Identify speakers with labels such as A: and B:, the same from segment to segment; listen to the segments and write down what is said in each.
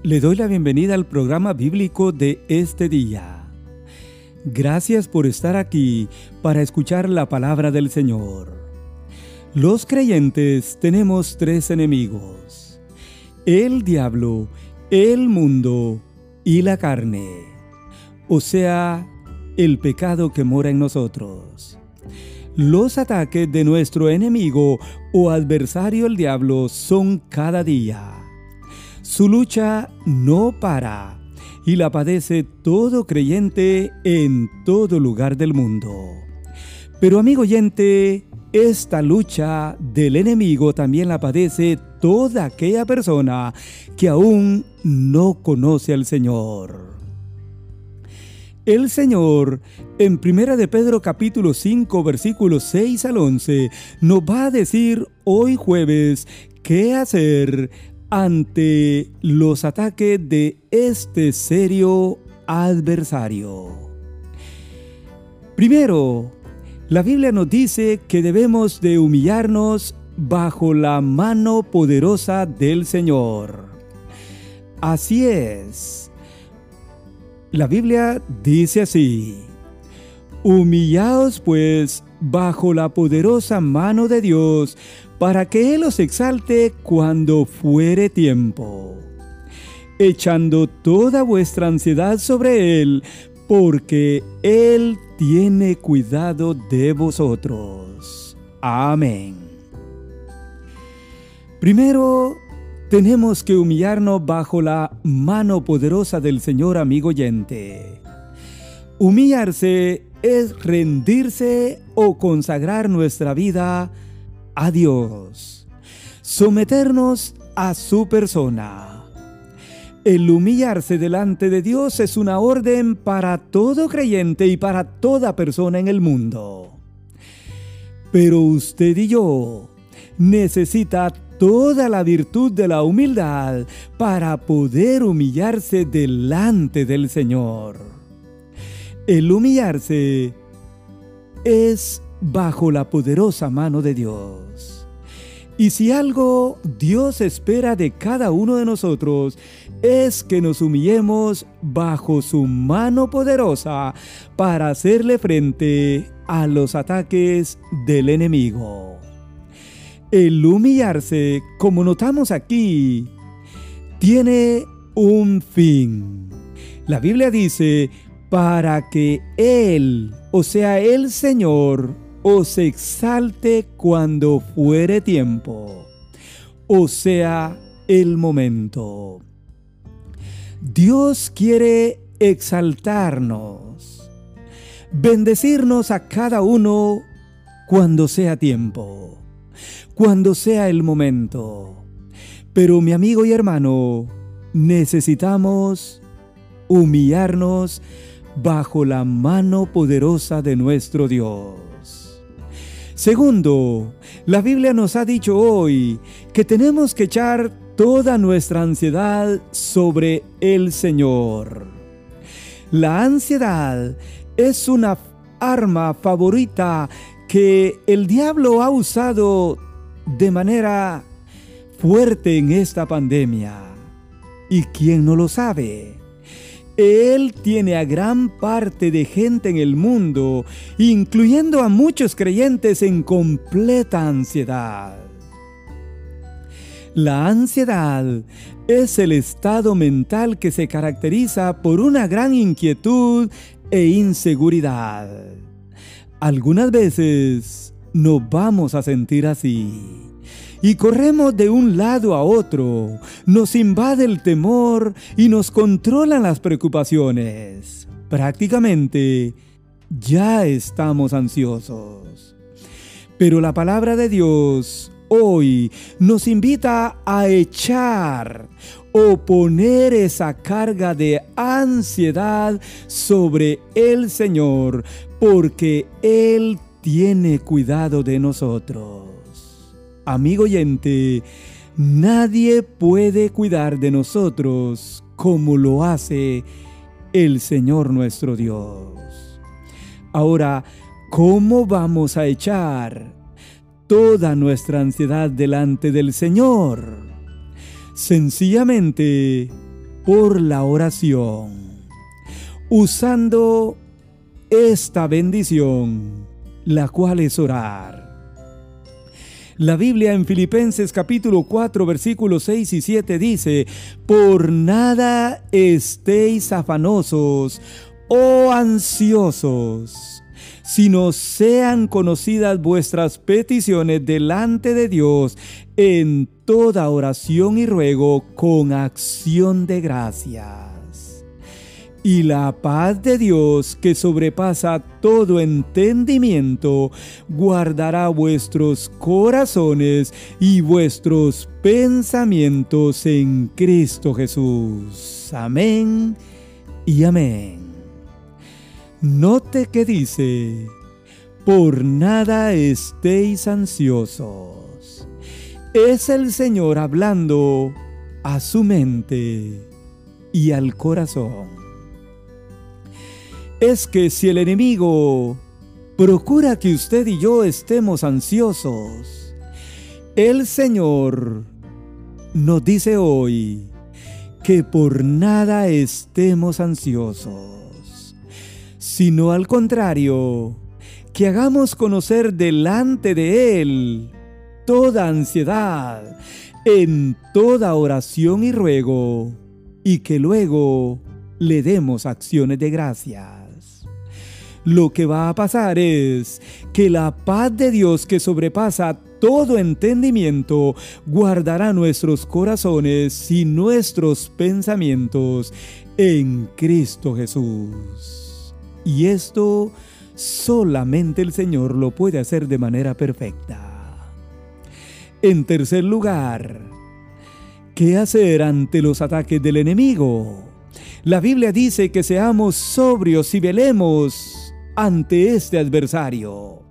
A: Le doy la bienvenida al programa bíblico de este día. Gracias por estar aquí para escuchar la palabra del Señor. Los creyentes tenemos tres enemigos: el diablo, el mundo y la carne, o sea, el pecado que mora en nosotros. Los ataques de nuestro enemigo o adversario, el diablo, son cada día. Su lucha no para y la padece todo creyente en todo lugar del mundo. Pero, amigo oyente, esta lucha del enemigo también la padece toda aquella persona que aún no conoce al Señor. El Señor, en 1 de Pedro capítulo 5, versículos 6 al 11, nos va a decir hoy jueves qué hacer ante los ataques de este serio adversario. Primero, la Biblia nos dice que debemos de humillarnos bajo la mano poderosa del Señor. Así es. La Biblia dice así: humillaos pues bajo la poderosa mano de Dios, para que Él os exalte cuando fuere tiempo, echando toda vuestra ansiedad sobre Él, porque Él tiene cuidado de vosotros. Amén. Primero, tenemos que humillarnos bajo la mano poderosa del Señor, amigo oyente. Humillarse es rendirse o consagrar nuestra vida a Dios, someternos a su persona. El humillarse delante de Dios es una orden para todo creyente y para toda persona en el mundo. Pero usted y yo necesitamos toda la virtud de la humildad para poder humillarse delante del Señor. El humillarse es bajo la poderosa mano de Dios. Y si algo Dios espera de cada uno de nosotros, es que nos humillemos bajo su mano poderosa para hacerle frente a los ataques del enemigo. El humillarse, como notamos aquí, tiene un fin. La Biblia dice: para que Él, o sea, el Señor, os exalte cuando fuere tiempo, o sea, el momento. Dios quiere exaltarnos, bendecirnos a cada uno cuando sea tiempo, cuando sea el momento. Pero, mi amigo y hermano, necesitamos humillarnos bajo la mano poderosa de nuestro Dios. Segundo, la Biblia nos ha dicho hoy que tenemos que echar toda nuestra ansiedad sobre el Señor. La ansiedad es una arma favorita que el diablo ha usado de manera fuerte en esta pandemia. ¿Y quién no lo sabe? Él tiene a gran parte de gente en el mundo, incluyendo a muchos creyentes, en completa ansiedad. La ansiedad es el estado mental que se caracteriza por una gran inquietud e inseguridad. Algunas veces nos vamos a sentir así y corremos de un lado a otro, nos invade el temor y nos controlan las preocupaciones. Prácticamente ya estamos ansiosos. Pero la palabra de Dios hoy nos invita a echar o poner esa carga de ansiedad sobre el Señor, porque Él tiene cuidado de nosotros. Amigo oyente, nadie puede cuidar de nosotros como lo hace el Señor nuestro Dios. Ahora, ¿cómo vamos a echar toda nuestra ansiedad delante del Señor? Sencillamente por la oración, usando esta bendición, la cual es orar. La Biblia en Filipenses capítulo 4 versículos 6 y 7 dice: por nada estéis afanosos o ansiosos, sino sean conocidas vuestras peticiones delante de Dios en toda oración y ruego con acción de gracias. Y la paz de Dios, que sobrepasa todo entendimiento, guardará vuestros corazones y vuestros pensamientos en Cristo Jesús. Amén y amén. Note que dice: por nada estéis ansiosos. Es el Señor hablando a su mente y al corazón. Es que si el enemigo procura que usted y yo estemos ansiosos, el Señor nos dice hoy que por nada estemos ansiosos, sino al contrario, que hagamos conocer delante de Él toda ansiedad, en toda oración y ruego, y que luego le demos acciones de gracias. Lo que va a pasar es que la paz de Dios, que sobrepasa todo entendimiento, guardará nuestros corazones y nuestros pensamientos en Cristo Jesús. Y esto solamente el Señor lo puede hacer de manera perfecta. En tercer lugar, ¿qué hacer ante los ataques del enemigo? La Biblia dice que seamos sobrios y velemos ante este adversario.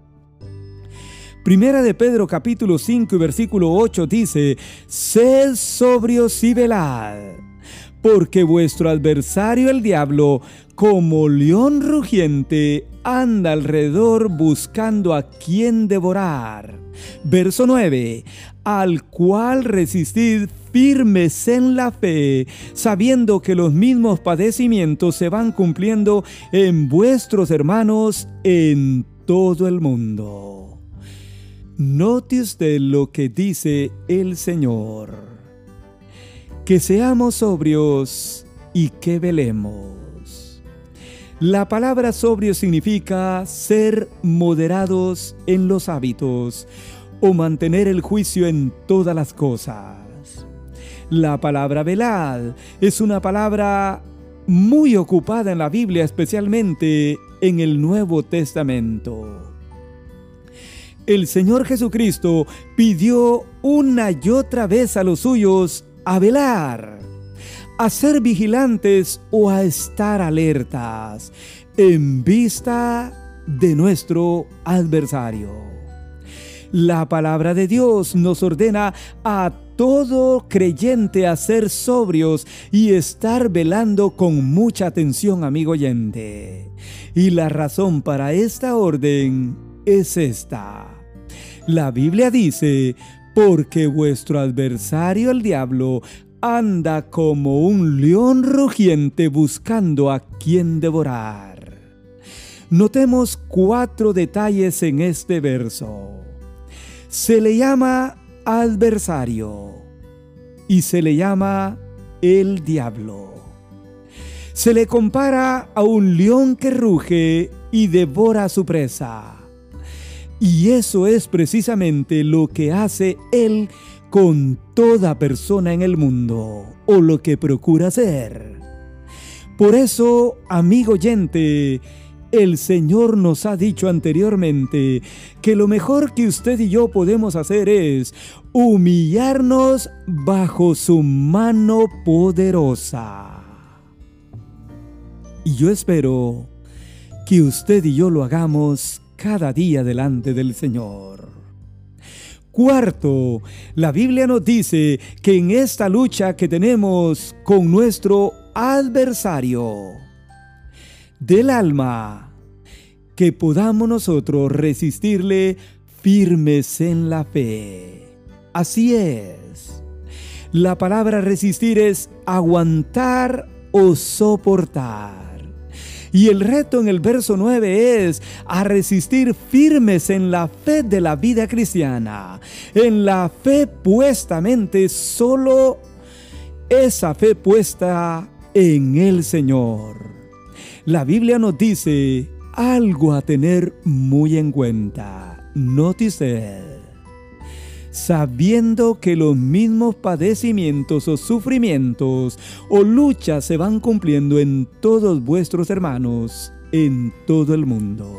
A: Primera de Pedro capítulo 5 y versículo 8 dice: sed sobrios y velad, porque vuestro adversario el diablo, como león rugiente, anda alrededor buscando a quien devorar. Verso 9: al cual resistid firmes en la fe, sabiendo que los mismos padecimientos se van cumpliendo en vuestros hermanos en todo el mundo. Note usted lo que dice el Señor: que seamos sobrios y que velemos. La palabra sobrio significa ser moderados en los hábitos o mantener el juicio en todas las cosas. La palabra velad es una palabra muy ocupada en la Biblia, especialmente en el Nuevo Testamento. El Señor Jesucristo pidió una y otra vez a los suyos a velar, a ser vigilantes o a estar alertas en vista de nuestro adversario. La palabra de Dios nos ordena a todo creyente a ser sobrios y estar velando con mucha atención, amigo oyente. Y la razón para esta orden es esta. La Biblia dice: porque vuestro adversario el diablo anda como un león rugiente buscando a quien devorar. Notemos 4 detalles en este verso. Se le llama adversario y se le llama el diablo. Se le compara a un león que ruge y devora a su presa. Y eso es precisamente lo que hace él con toda persona en el mundo, o lo que procura hacer. Por eso, amigo oyente, el Señor nos ha dicho anteriormente que lo mejor que usted y yo podemos hacer es humillarnos bajo su mano poderosa. Y yo espero que usted y yo lo hagamos cada día delante del Señor. Cuarto, la Biblia nos dice que en esta lucha que tenemos con nuestro adversario del alma, que podamos nosotros resistirle firmes en la fe. Así es. La palabra resistir es aguantar o soportar. Y el reto en el verso 9 es a resistir firmes en la fe de la vida cristiana, en la fe puestamente solo esa fe puesta en el Señor. La Biblia nos dice algo a tener muy en cuenta. Nótese, sabiendo que los mismos padecimientos o sufrimientos o luchas se van cumpliendo en todos vuestros hermanos en todo el mundo.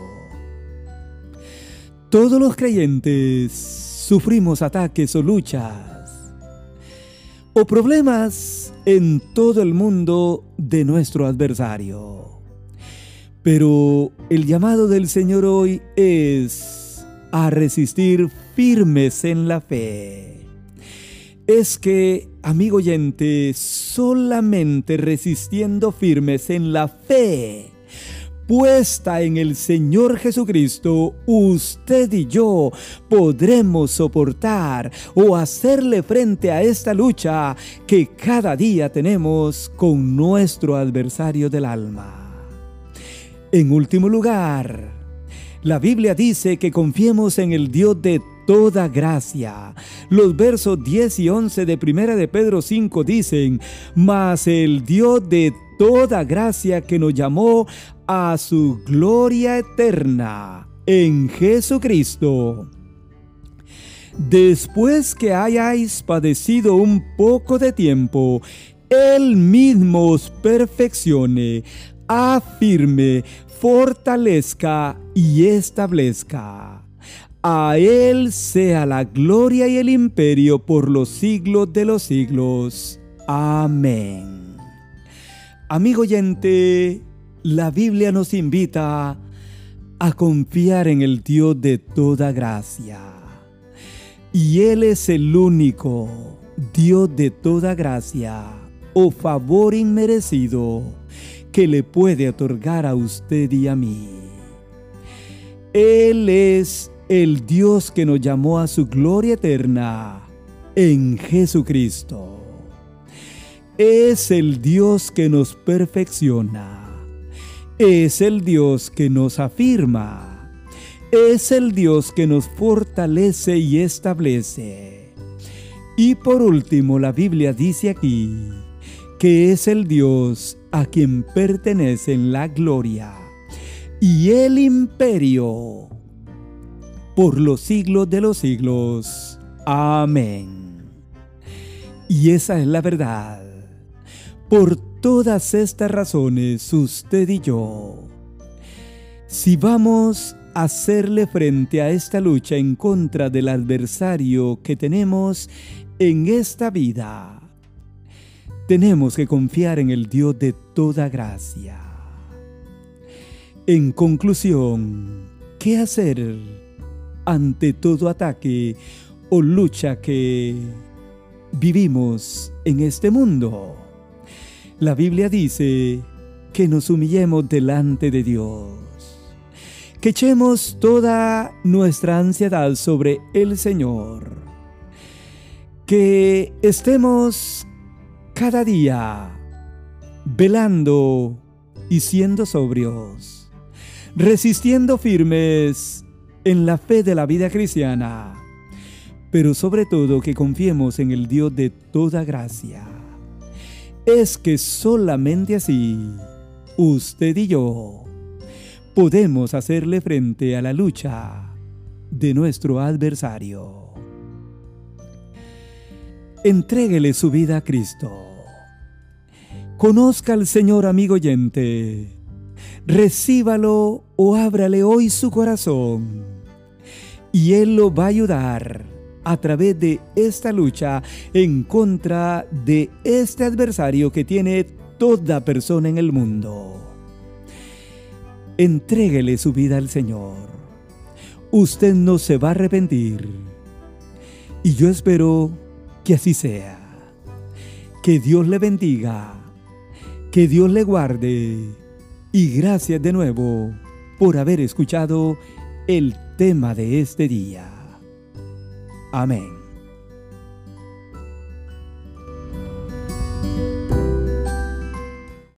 A: Todos los creyentes sufrimos ataques o luchas o problemas en todo el mundo de nuestro adversario. Pero el llamado del Señor hoy es a resistir firmes en la fe. Es que, amigo oyente, solamente resistiendo firmes en la fe puesta en el Señor Jesucristo, usted y yo podremos soportar o hacerle frente a esta lucha que cada día tenemos con nuestro adversario del alma. En último lugar, la Biblia dice que confiemos en el Dios de toda gracia. Los versos 10 y 11 de 1 de Pedro 5 dicen: mas el Dios de toda gracia que nos llamó a su gloria eterna en Jesucristo, después que hayáis padecido un poco de tiempo, Él mismo os perfeccione, afirme, fortalezca y establezca. A Él sea la gloria y el imperio por los siglos de los siglos. Amén. Amigo oyente, la Biblia nos invita a confiar en el Dios de toda gracia. Y Él es el único Dios de toda gracia o favor inmerecido que le puede otorgar a usted y a mí. Él es el Dios que nos llamó a su gloria eterna en Jesucristo. Es el Dios que nos perfecciona. Es el Dios que nos afirma. Es el Dios que nos fortalece y establece. Y por último, la Biblia dice aquí que es el Dios a quien pertenecen la gloria y el imperio por los siglos de los siglos. Amén. Y esa es la verdad. Por todas estas razones, usted y yo, si vamos a hacerle frente a esta lucha en contra del adversario que tenemos en esta vida, tenemos que confiar en el Dios de toda gracia. En conclusión, ¿qué hacer ante todo ataque o lucha que vivimos en este mundo? La Biblia dice que nos humillemos delante de Dios, que echemos toda nuestra ansiedad sobre el Señor, que estemos cada día velando y siendo sobrios, resistiendo firmes en la fe de la vida cristiana, pero sobre todo que confiemos en el Dios de toda gracia. Es que solamente así, usted y yo podemos hacerle frente a la lucha de nuestro adversario. Entréguele su vida a Cristo. Conozca al Señor, amigo oyente. Recíbalo o ábrale hoy su corazón. Y Él lo va a ayudar a través de esta lucha en contra de este adversario que tiene toda persona en el mundo. Entréguele su vida al Señor. Usted no se va a arrepentir. Y yo espero que así sea. Que Dios le bendiga. Que Dios le guarde. Y gracias de nuevo por haber escuchado el tema de este día. Amén.